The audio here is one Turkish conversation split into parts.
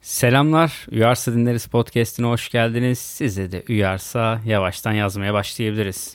Selamlar, Uyarsa Dinleriz Podcast'ine hoş geldiniz. Size de uyarsa yavaştan yazmaya başlayabiliriz.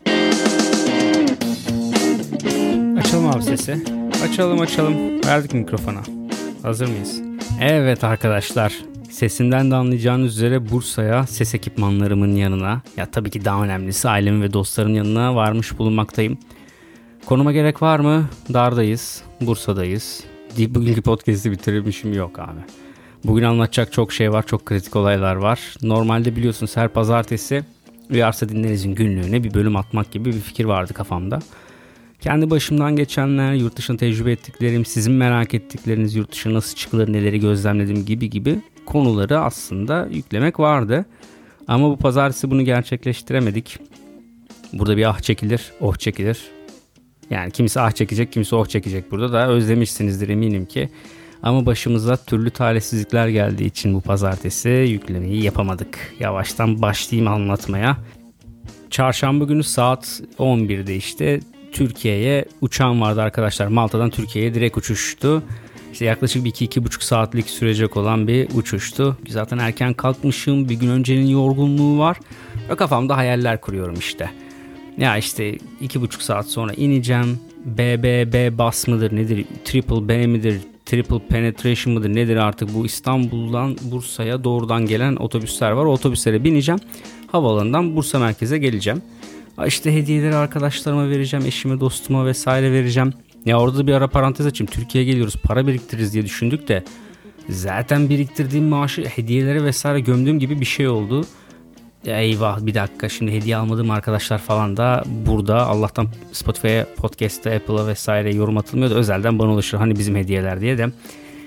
Açalım abi sesi. Açalım. Verdik mikrofona. Hazır mıyız? Evet arkadaşlar, sesimden de anlayacağınız üzere Bursa'ya, ses ekipmanlarımın yanına, ya tabii ki daha önemlisi ailemin ve dostların yanına varmış bulunmaktayım. Konuma gerek var mı? Dardayız, Bursa'dayız. Bugünkü podcast'i bitirmişim yok abi. Bugün anlatacak çok şey var, çok kritik olaylar var. Normalde biliyorsunuz her pazartesi Uyarsa Dinleriz'in günlüğüne bir bölüm atmak gibi bir fikir vardı kafamda. Kendi başımdan geçenler, yurt dışında tecrübe ettiklerim, sizin merak ettikleriniz, yurt dışına nasıl çıkılır, neleri gözlemledim gibi konuları aslında yüklemek vardı. Ama bu pazartesi bunu gerçekleştiremedik. Burada bir ah çekilir, oh çekilir. Yani kimisi ah çekecek, kimisi oh çekecek burada da özlemişsinizdir eminim ki. Ama başımıza türlü talihsizlikler geldiği için bu pazartesi yüklemeyi yapamadık. Yavaştan başlayayım anlatmaya. Çarşamba günü saat 11'de işte Türkiye'ye uçağım vardı arkadaşlar. Malta'dan Türkiye'ye direkt uçuştu. İşte yaklaşık bir 2-2,5 saatlik sürecek olan bir uçuştu. Zaten erken kalkmışım. Bir gün öncenin yorgunluğu var. Ve kafamda hayaller kuruyorum işte. Ya işte 2,5 saat sonra ineceğim. BBB bas mıdır nedir? Triple B midir? Triple penetration mıdır nedir artık, bu İstanbul'dan Bursa'ya doğrudan gelen otobüsler var. O otobüslere bineceğim. Havaalanından Bursa merkeze geleceğim. İşte hediyeleri arkadaşlarıma vereceğim. Eşime, dostuma vesaire vereceğim. Ya orada da bir ara parantez açayım. Türkiye'ye geliyoruz, para biriktiririz diye düşündük de zaten biriktirdiğim maaşı hediyelere vesaire gömdüğüm gibi bir şey oldu. Eyvah, bir dakika, şimdi hediye almadığım arkadaşlar falan da burada. Allah'tan Spotify'a, Podcast'a, Apple'a vesaire yorum atılmıyor da özelden bana ulaşır hani bizim hediyeler diye de.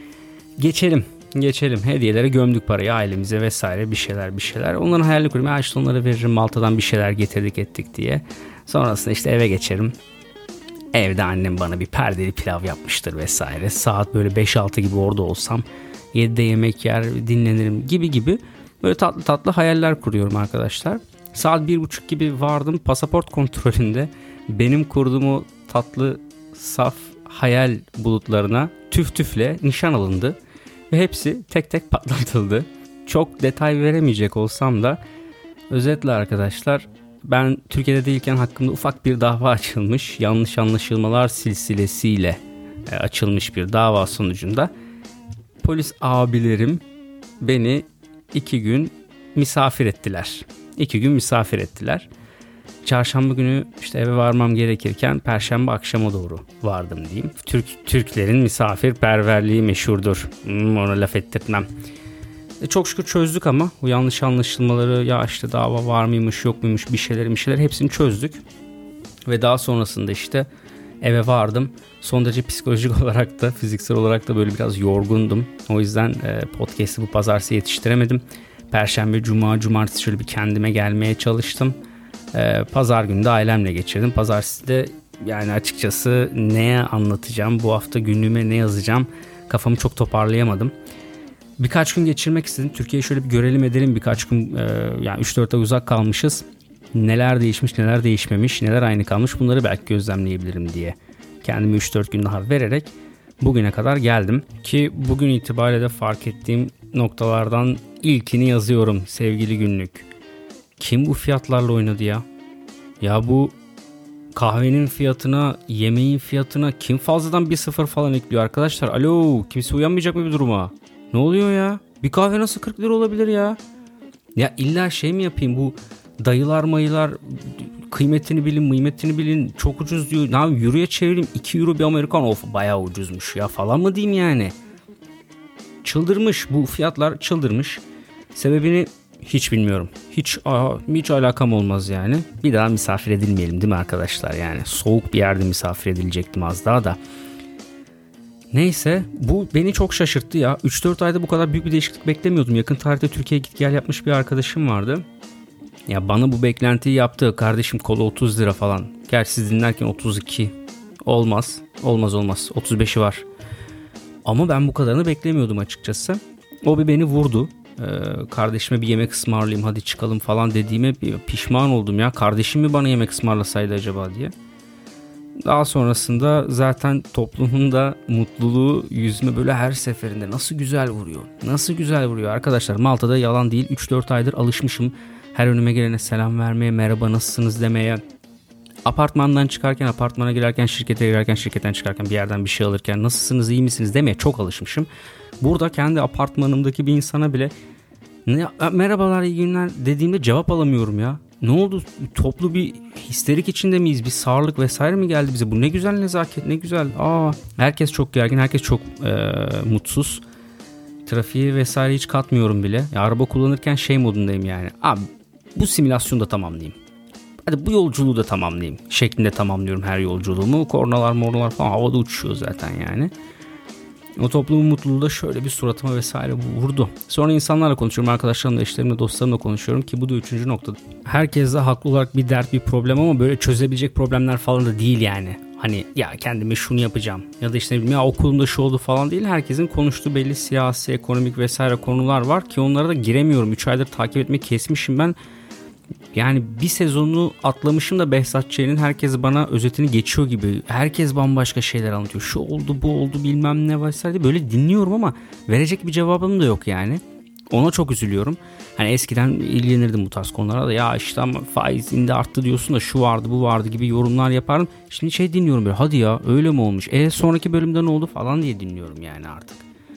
Geçelim. Hediyelere gömdük parayı, ailemize vesaire bir şeyler. Onların hayalini kuruyorum. Ya işte onlara veririm, Malta'dan bir şeyler getirdik ettik diye. Sonrasında işte eve geçerim. Evde annem bana bir perdeli pilav yapmıştır vesaire. Saat böyle 5-6 gibi orada olsam 7'de yemek yer, dinlenirim gibi. Böyle tatlı hayaller kuruyorum arkadaşlar. Saat 1.30 gibi vardım. Pasaport kontrolünde benim kurduğum o tatlı saf hayal bulutlarına tüfle nişan alındı. Ve hepsi tek tek patlatıldı. Çok detay veremeyecek olsam da özetle arkadaşlar, ben Türkiye'de değilken hakkımda ufak bir dava açılmış. Yanlış anlaşılmalar silsilesiyle açılmış bir dava sonucunda polis abilerim beni 2 gün misafir ettiler. Çarşamba günü işte eve varmam gerekirken Perşembe akşama doğru vardım diyeyim. Türklerin misafirperverliği meşhurdur. Ona laf ettirtmem. Çok şükür çözdük ama bu yanlış anlaşılmaları, ya işte dava var mıymış yok muymuş bir şeyler hepsini çözdük. Ve daha sonrasında işte eve vardım. Son derece psikolojik olarak da fiziksel olarak da böyle biraz yorgundum. O yüzden podcast'ı bu pazartesi yetiştiremedim. Perşembe, cuma, cumartesi şöyle bir kendime gelmeye çalıştım. Pazar günü de ailemle geçirdim. Pazartesi de yani açıkçası neye anlatacağım, bu hafta günlüğüme ne yazacağım, kafamı çok toparlayamadım. Birkaç gün geçirmek istedim. Türkiye'yi şöyle bir görelim edelim birkaç gün. Yani 3-4 ay uzak kalmışız. Neler değişmiş, neler değişmemiş, neler aynı kalmış, bunları belki gözlemleyebilirim diye kendime 3-4 gün daha vererek bugüne kadar geldim. Ki bugün itibariyle de fark ettiğim noktalardan ilkini yazıyorum sevgili günlük. Kim bu fiyatlarla oynadı ya? Ya bu kahvenin fiyatına, yemeğin fiyatına kim fazladan 1-0 falan ekliyor arkadaşlar? Alo, kimse uyanmayacak mı bir duruma? Ne oluyor ya? Bir kahve nasıl 40 lira olabilir ya? Ya illa şey mi yapayım, bu dayılar mayılar kıymetini bilin çok ucuz diyor. Ne yapayım, euroya çevireyim, 2 euro bir Amerikan, of bayağı ucuzmuş ya falan mı diyeyim yani? Çıldırmış bu fiyatlar, çıldırmış. Sebebini hiç bilmiyorum. Hiç alakam olmaz yani. Bir daha misafir edilmeyelim değil mi arkadaşlar yani? Soğuk bir yerde misafir edilecektim az daha da. Neyse, bu beni çok şaşırttı ya. 3-4 ayda bu kadar büyük bir değişiklik beklemiyordum. Yakın tarihte Türkiye'ye git gel yapmış bir arkadaşım vardı. Ya bana bu beklentiyi yaptı. Kardeşim kola 30 lira falan. Gerçi siz dinlerken 32 olmaz. Olmaz 35'i var. Ama ben bu kadarını beklemiyordum açıkçası. O bir beni vurdu. Kardeşime bir yemek ısmarlayayım hadi çıkalım falan dediğime bir pişman oldum ya. Kardeşim mi bana yemek ısmarlasaydı acaba diye. Daha sonrasında zaten toplumun da mutluluğu yüzüme böyle her seferinde nasıl güzel vuruyor. Nasıl güzel vuruyor arkadaşlar. Malta'da yalan değil 3-4 aydır alışmışım her önüme gelene selam vermeye, merhaba nasılsınız demeye. Apartmandan çıkarken, apartmana girerken, şirkete girerken, şirketten çıkarken, bir yerden bir şey alırken nasılsınız, iyi misiniz demeye çok alışmışım. Burada kendi apartmanımdaki bir insana bile merhabalar, iyi günler dediğimde cevap alamıyorum ya. Ne oldu? Toplu bir histerik içinde miyiz? Bir sağırlık vesaire mi geldi bize? Bu ne güzel nezaket, ne güzel. Herkes çok gergin, herkes çok mutsuz. Trafiği vesaire hiç katmıyorum bile. Ya, araba kullanırken şey modundayım yani. Abi bu simülasyonu da tamamlayayım. Hadi bu yolculuğu da tamamlayayım şeklinde tamamlıyorum her yolculuğumu. Kornalar mornalar falan havada uçuşuyor zaten yani. O toplumun mutluluğu da şöyle bir suratıma vesaire vurdu. Sonra insanlarla konuşuyorum, arkadaşlarımla, eşlerimle, dostlarımla konuşuyorum ki bu da 3. nokta. Herkes de haklı olarak bir dert, bir problem ama böyle çözebilecek problemler falan da değil yani. Hani ya kendime şunu yapacağım ya da işte ne bileyim ya okulumda şu oldu falan değil. Herkesin konuştuğu belli siyasi, ekonomik vesaire konular var ki onlara da giremiyorum. 3 aydır takip etmeyi kesmişim ben. Yani bir sezonu atlamışım da Behzat Ç'nin herkes bana özetini geçiyor gibi. Herkes bambaşka şeyler anlatıyor. Şu oldu, bu oldu, bilmem ne vesaire. Böyle dinliyorum ama verecek bir cevabım da yok yani. Ona çok üzülüyorum. Hani eskiden ilgilenirdim bu tarz konulara da. Ya işte ama faiz indi arttı diyorsun da şu vardı, bu vardı gibi yorumlar yaparım. Şimdi şey dinliyorum böyle, hadi ya öyle mi olmuş? Sonraki bölümde ne oldu falan diye dinliyorum yani artık.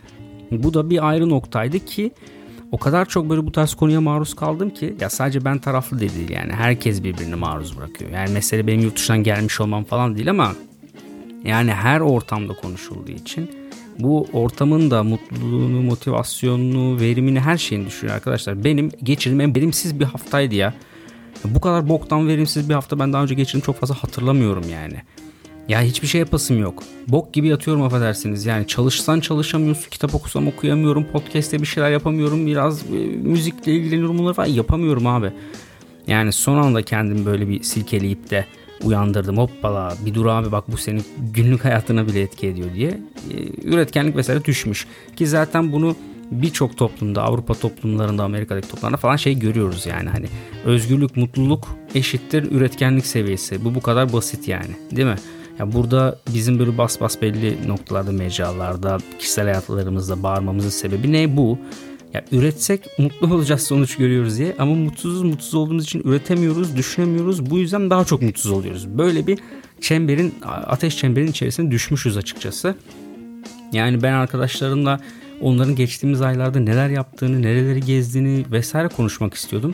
Bu da bir ayrı noktaydı ki o kadar çok böyle bu tarz konuya maruz kaldım ki ya sadece ben taraflı değil yani herkes birbirini maruz bırakıyor. Yani mesele benim yurt dışından gelmiş olmam falan değil ama yani her ortamda konuşulduğu için bu ortamın da mutluluğunu, motivasyonunu, verimini, her şeyini düşürüyor arkadaşlar. Benim geçirdiğim en verimsiz bir haftaydı ya. Bu kadar boktan verimsiz bir hafta ben daha önce geçirdim çok fazla hatırlamıyorum yani. Ya hiçbir şey yapasım yok. Bok gibi yatıyorum affedersiniz. Yani çalışsan çalışamıyorsun, kitap okusam okuyamıyorum, podcast'te bir şeyler yapamıyorum, biraz müzikle ilgileniyorum, bunları falan yapamıyorum abi. Yani son anda kendimi böyle bir silkeleyip de uyandırdım. Hoppala bir dur abi, bak bu senin günlük hayatına bile etki ediyor diye. Üretkenlik vesaire düşmüş. Ki zaten bunu birçok toplumda, Avrupa toplumlarında, Amerika'daki toplumlarda falan şey görüyoruz yani hani özgürlük, mutluluk eşittir üretkenlik seviyesi. Bu kadar basit yani, değil mi? Ya burada bizim böyle bas belli noktalarda, mecralarda, kişisel hayatlarımızda bağırmamızın sebebi ne? Bu. Ya üretsek mutlu olacağız sonuç görüyoruz diye, ama mutsuz olduğumuz için üretemiyoruz, düşünemiyoruz. Bu yüzden daha çok mutsuz oluyoruz. Böyle bir ateş çemberin içerisine düşmüşüz açıkçası. Yani ben arkadaşlarımla onların geçtiğimiz aylarda neler yaptığını, nereleri gezdiğini vesaire konuşmak istiyordum.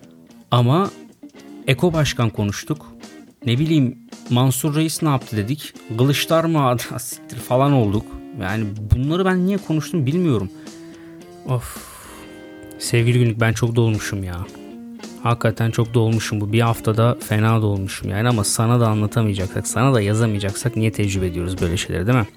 Ama Eko Başkan konuştuk. Ne bileyim Mansur Reis ne yaptı dedik. Kılıçlar mı siktir falan olduk. Yani bunları ben niye konuştum bilmiyorum. Of. Sevgili Günlük, ben çok dolmuşum ya. Hakikaten çok dolmuşum. Bu bir haftada fena dolmuşum yani, ama sana da anlatamayacaksak, sana da yazamayacaksak niye tecrübe ediyoruz böyle şeyleri, değil mi?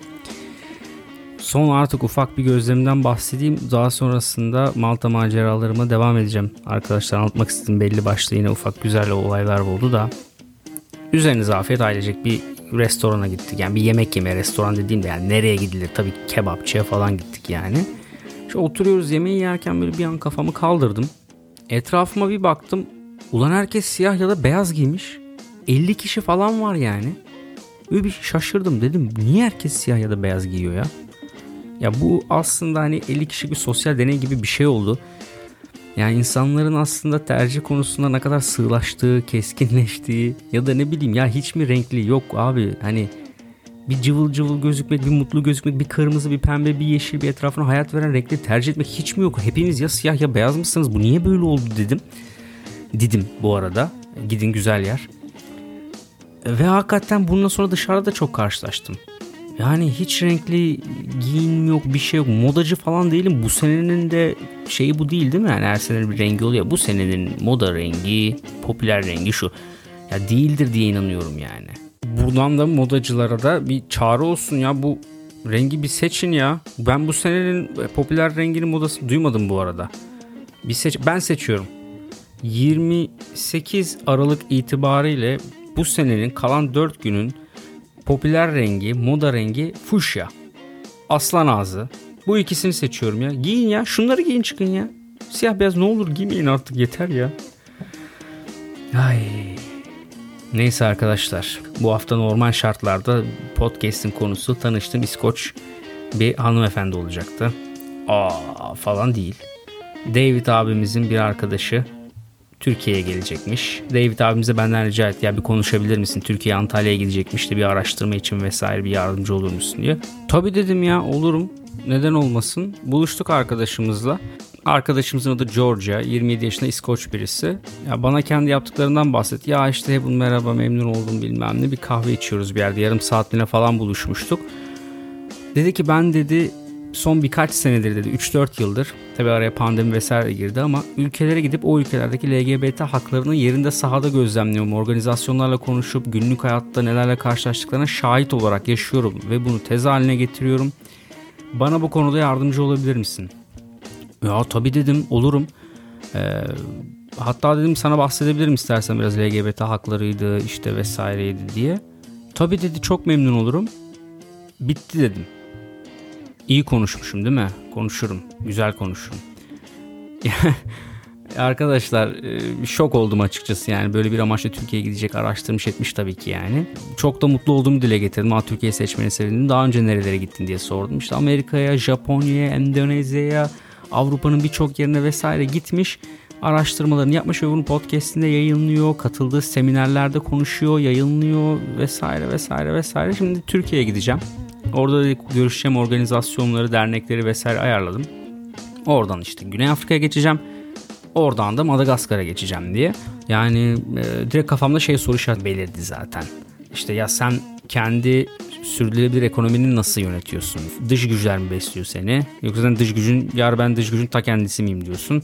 Son artık ufak bir gözlemden bahsedeyim. Daha sonrasında Malta maceralarıma devam edeceğim. Arkadaşlar anlatmak istediğim belli başlı yine ufak güzel olaylar oldu da. Üzerinize afiyet, ailecek bir restorana gittik. Yani bir yemek yemeye, restoran dediğimde yani nereye gidilir? Tabii kebapçıya falan gittik yani. Şu oturuyoruz, yemeği yerken böyle bir an kafamı kaldırdım. Etrafıma bir baktım. Ulan herkes siyah ya da beyaz giymiş. 50 kişi falan var yani. Böyle bir şaşırdım, dedim niye herkes siyah ya da beyaz giyiyor ya? Ya bu aslında hani 50 kişilik bir sosyal deney gibi bir şey oldu. Yani insanların aslında tercih konusunda ne kadar sığlaştığı, keskinleştiği ya da ne bileyim ya hiç mi renkli yok abi, hani bir cıvıl cıvıl gözükmek, bir mutlu gözükmek, bir kırmızı, bir pembe, bir yeşil, bir etrafına hayat veren renkleri tercih etmek hiç mi yok? Hepiniz ya siyah ya beyaz mısınız? Bu niye böyle oldu dedim bu arada. Gidin güzel yer. Ve hakikaten bundan sonra dışarıda çok karşılaştım. Yani hiç renkli giyin yok, bir şey yok. Modacı falan değilim. Bu senenin de şeyi bu değil mi? Yani her sene bir rengi oluyor. Bu senenin moda rengi, popüler rengi şu. Ya değildir diye inanıyorum yani. Buradan da modacılara da bir çağrı olsun ya, bu rengi bir seçin ya. Ben bu senenin popüler renginin modasını duymadım bu arada. Ben seçiyorum. 28 Aralık itibariyle bu senenin kalan 4 günün popüler rengi, moda rengi fuşya. Aslan ağzı. Bu ikisini seçiyorum ya. Giyin ya. Şunları giyin çıkın ya. Siyah beyaz ne olur giymeyin artık, yeter ya. Ay. Neyse arkadaşlar, bu hafta normal şartlarda podcast'in konusu tanıştığım İskoç bir hanımefendi olacaktı. Falan değil. David abimizin bir arkadaşı Türkiye'ye gelecekmiş. David abimize benden rica etti, ya bir konuşabilir misin? Türkiye, Antalya'ya gidecekmiş de bir araştırma için vesaire, bir yardımcı olur musun diye. Tabii dedim ya, olurum. Neden olmasın? Buluştuk arkadaşımızla. Arkadaşımızın adı Georgia, 27 yaşında İskoç birisi. Ya bana kendi yaptıklarından bahsetti. Ya işte bu merhaba, memnun oldum bilmem ne, bir kahve içiyoruz bir yerde. Yarım saatliğine falan buluşmuştuk. Dedi ki ben dedi son birkaç senedir dedi 3-4 yıldır, tabi araya pandemi vesaire girdi ama ülkelere gidip o ülkelerdeki LGBT haklarını yerinde sahada gözlemliyorum. Organizasyonlarla konuşup günlük hayatta nelerle karşılaştıklarına şahit olarak yaşıyorum ve bunu tez haline getiriyorum. Bana bu konuda yardımcı olabilir misin? Ya tabii dedim, olurum. Hatta dedim sana bahsedebilirim istersen biraz LGBT haklarıydı işte vesaireydi diye. Tabii dedi, çok memnun olurum. Bitti dedim. İyi konuşmuşum değil mi? Konuşurum. Güzel konuşurum. Arkadaşlar şok oldum açıkçası, yani böyle bir amaçla Türkiye'ye gidecek, araştırmış etmiş tabii ki yani. Çok da mutlu olduğumu dile getirdim. Türkiye'yi seçmeni sevindim. Daha önce nerelere gittin diye sordum. İşte Amerika'ya, Japonya'ya, Endonezya'ya, Avrupa'nın birçok yerine vesaire gitmiş. Araştırmalarını yapmış ve bunu podcast'inde yayınlıyor. Katıldığı seminerlerde konuşuyor, yayınlıyor vesaire vesaire vesaire. Şimdi Türkiye'ye gideceğim. Orada da görüşeceğim, organizasyonları, dernekleri vesaire ayarladım. Oradan işte Güney Afrika'ya geçeceğim. Oradan da Madagaskar'a geçeceğim diye. Yani direkt kafamda soru işareti belirdi zaten. İşte ya sen kendi sürdürülebilir ekonomini nasıl yönetiyorsun? Dış güçler mi besliyor seni? Yoksa sen ben dış gücün ta kendisi miyim diyorsun?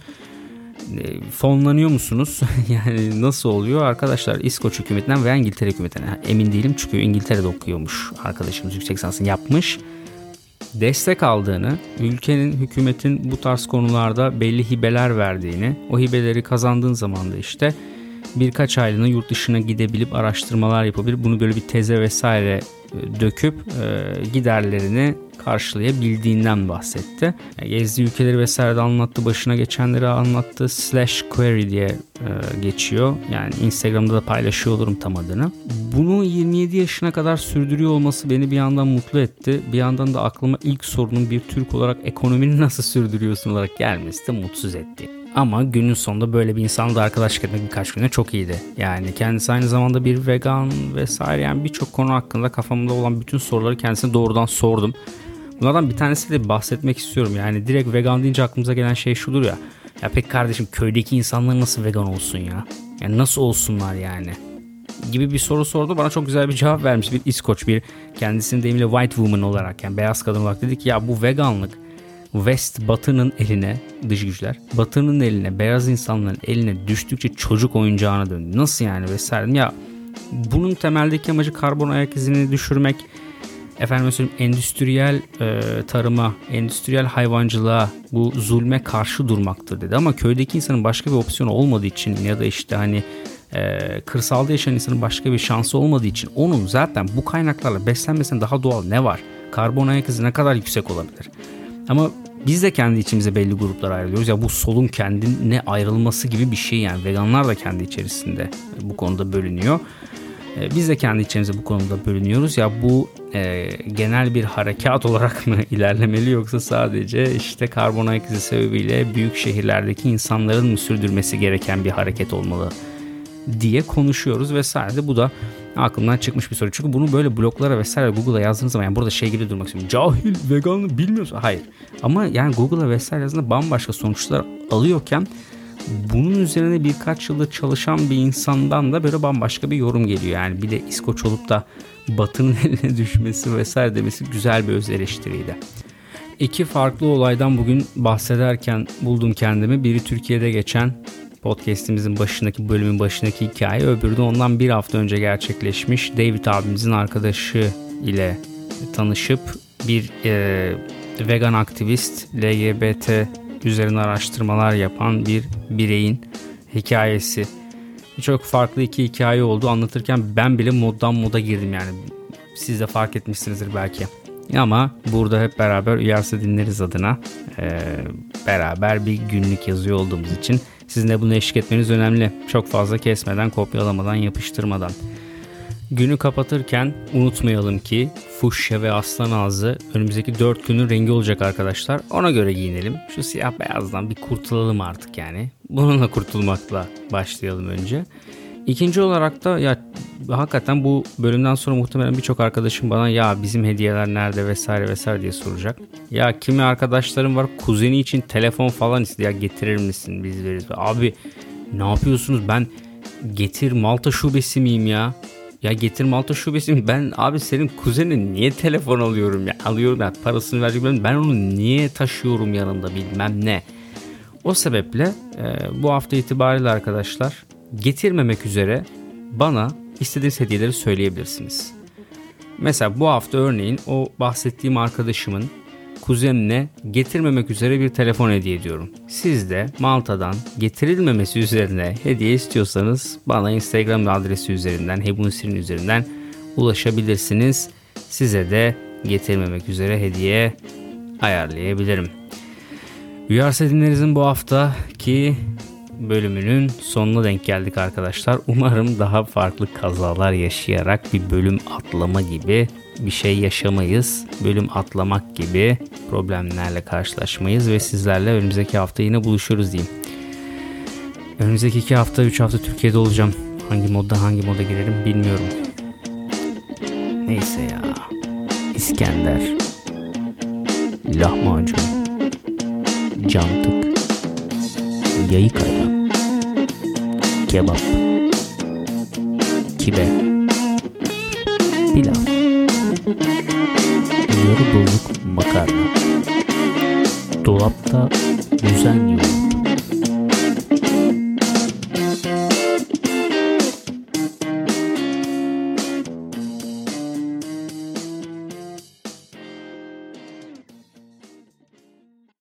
Fonlanıyor musunuz? Yani nasıl oluyor? Arkadaşlar İskoç hükümetinden veya İngiltere hükümetinden emin değilim, çünkü İngiltere'de okuyormuş arkadaşımız, yüksek lisansını yapmış. Destek aldığını, ülkenin, hükümetin bu tarz konularda belli hibeler verdiğini, o hibeleri kazandığın zaman da işte birkaç aylığına yurt dışına gidebilip araştırmalar yapabilip bunu böyle bir teze vesaire döküp giderlerini karşılayabildiğinden bahsetti. Gezdiği ülkeleri vesaire de anlattı, başına geçenleri anlattı. /query diye geçiyor. Yani Instagram'da da paylaşıyor olurum tam adını. Bunu 27 yaşına kadar sürdürüyor olması beni bir yandan mutlu etti. Bir yandan da aklıma ilk sorunun bir Türk olarak ekonomini nasıl sürdürüyorsun olarak gelmesi de mutsuz etti. Ama günün sonunda böyle bir insanla da arkadaşlık etmek birkaç güne çok iyiydi. Yani kendisi aynı zamanda bir vegan vesaire, yani birçok konu hakkında kafamda olan bütün soruları kendisine doğrudan sordum. Bunlardan bir tanesi de bahsetmek istiyorum. Yani direkt vegan deyince aklımıza gelen şey şudur ya. Ya pek kardeşim, köydeki insanlar nasıl vegan olsun ya? Yani nasıl olsunlar yani? Gibi bir soru sordu. Bana çok güzel bir cevap vermiş bir İskoç, bir kendisinin deyimiyle white woman olarak, yani beyaz kadın olarak dedi ki ya bu veganlık Batı'nın eline, dış güçler Batı'nın eline, beyaz insanların eline düştükçe çocuk oyuncağına döndü. Nasıl yani vesaire. Ya bunun temeldeki amacı karbon ayak izini düşürmek, endüstriyel tarıma, endüstriyel hayvancılığa, bu zulme karşı durmaktır dedi. Ama köydeki insanın başka bir opsiyonu olmadığı için ya da işte hani kırsalda yaşayan insanın başka bir şansı olmadığı için onun zaten bu kaynaklarla beslenmesine daha doğal ne var? Karbon ayak izi ne kadar yüksek olabilir? Ama biz de kendi içimize belli gruplara ayrılıyoruz. Ya bu solun kendine ayrılması gibi bir şey yani. Veganlar da kendi içerisinde bu konuda bölünüyor. Biz de kendi içimizde bu konuda bölünüyoruz. Ya bu genel bir harekat olarak mı ilerlemeli, yoksa sadece işte karbon ayak izi sebebiyle büyük şehirlerdeki insanların mı sürdürmesi gereken bir hareket olmalı diye konuşuyoruz vesaire. Bu da aklımdan çıkmış bir soru. Çünkü bunu böyle bloglara vesaire Google'a yazdığınız zaman, yani burada gibi durmak istiyorum. Cahil, veganlığı bilmiyorsun. Hayır. Ama yani Google'a vesaire yazdığında bambaşka sonuçlar alıyorken bunun üzerine birkaç yıldır çalışan bir insandan da böyle bambaşka bir yorum geliyor. Yani bir de İskoç olup da Batı'nın eline düşmesi vesaire demesi güzel bir öz eleştiriydi. İki farklı olaydan bugün bahsederken buldum kendimi. Biri Türkiye'de geçen podcast'imizin bölümün başındaki hikaye, öbürü de ondan bir hafta önce gerçekleşmiş. David abimizin arkadaşı ile tanışıp bir vegan aktivist, LGBT üzerine araştırmalar yapan bir bireyin hikayesi. Çok farklı iki hikaye oldu. Anlatırken ben bile moddan moda girdim yani. Siz de fark etmişsinizdir belki. Ama burada hep beraber Uyarsa Dinleriz adına beraber bir günlük yazıyor olduğumuz için Sizin de bunu eşlik etmeniz önemli. Çok fazla kesmeden, kopyalamadan, yapıştırmadan. Günü kapatırken unutmayalım ki fuşya ve aslan ağzı önümüzdeki 4 günün rengi olacak arkadaşlar. Ona göre giyinelim. Şu siyah beyazdan bir kurtulalım artık yani. Bununla kurtulmakla başlayalım önce. İkinci olarak da ya hakikaten bu bölümden sonra muhtemelen birçok arkadaşım bana ya bizim hediyeler nerede vesaire vesaire diye soracak. Ya kimi arkadaşlarım var kuzeni için telefon falan istiyor. Ya getirir misin biz veririz. Abi ne yapıyorsunuz, ben Getir Malta şubesi miyim ya? Ya Getir Malta şubesi mi? Ben abi senin kuzenin niye telefon alıyorum ya? Alıyorum ya, parasını verecek, ben onu niye taşıyorum yanımda bilmem ne. O sebeple bu hafta itibariyle arkadaşlar getirmemek üzere bana istediğiniz hediyeleri söyleyebilirsiniz. Mesela bu hafta örneğin o bahsettiğim arkadaşımın kuzenine getirmemek üzere bir telefon hediye ediyorum. Siz de Malta'dan getirilmemesi üzerine hediye istiyorsanız bana Instagram adresi üzerinden, Hebunusir'in üzerinden ulaşabilirsiniz. Size de getirmemek üzere hediye ayarlayabilirim. Uyarsa dinlerinizin bu haftaki bölümünün sonuna denk geldik arkadaşlar. Umarım daha farklı kazalar yaşayarak bir bölüm atlama gibi bir şey yaşamayız. Bölüm atlamak gibi problemlerle karşılaşmayız ve sizlerle önümüzdeki hafta yine buluşuruz diyeyim. Önümüzdeki 2 hafta 3 hafta Türkiye'de olacağım. Hangi moda girerim bilmiyorum. Neyse ya. İskender, lahmacun, cantık, yayık ayran, kebap, kibe, pilav, yarı bozuk makarna, dolapta düzen yok.